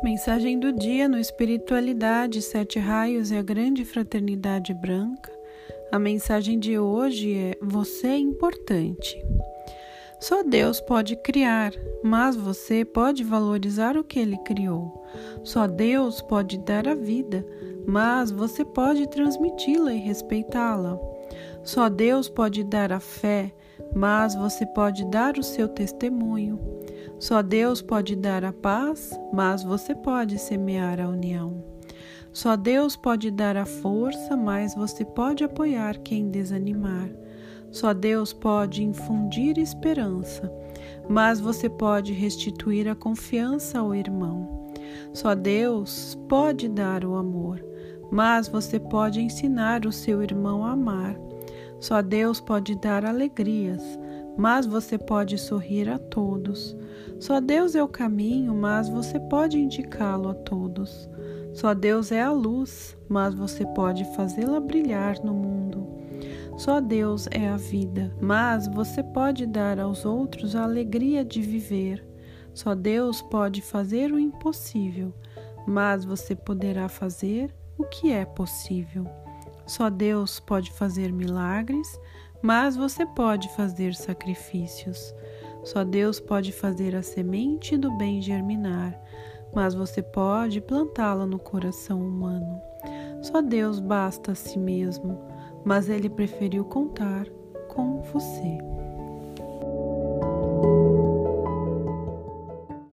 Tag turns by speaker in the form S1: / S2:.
S1: Mensagem do dia no Espiritualidade, 7 raios e a grande fraternidade branca. A mensagem de hoje é: você é importante. Só Deus pode criar, mas você pode valorizar o que Ele criou. Só Deus pode dar a vida, mas você pode transmiti-la e respeitá-la. Só Deus pode dar a fé, mas você pode dar o seu testemunho. Só Deus pode dar a paz, mas você pode semear a união. Só Deus pode dar a força, mas você pode apoiar quem desanimar. Só Deus pode infundir esperança, mas você pode restituir a confiança ao irmão. Só Deus pode dar o amor, mas você pode ensinar o seu irmão a amar. Só Deus pode dar alegrias, mas você pode sorrir a todos. Só Deus é o caminho, mas você pode indicá-lo a todos. Só Deus é a luz, mas você pode fazê-la brilhar no mundo. Só Deus é a vida, mas você pode dar aos outros a alegria de viver. Só Deus pode fazer o impossível, mas você poderá fazer o que é possível. Só Deus pode fazer milagres, mas você pode fazer sacrifícios. Só Deus pode fazer a semente do bem germinar, mas você pode plantá-la no coração humano. Só Deus basta a si mesmo, mas Ele preferiu contar com você.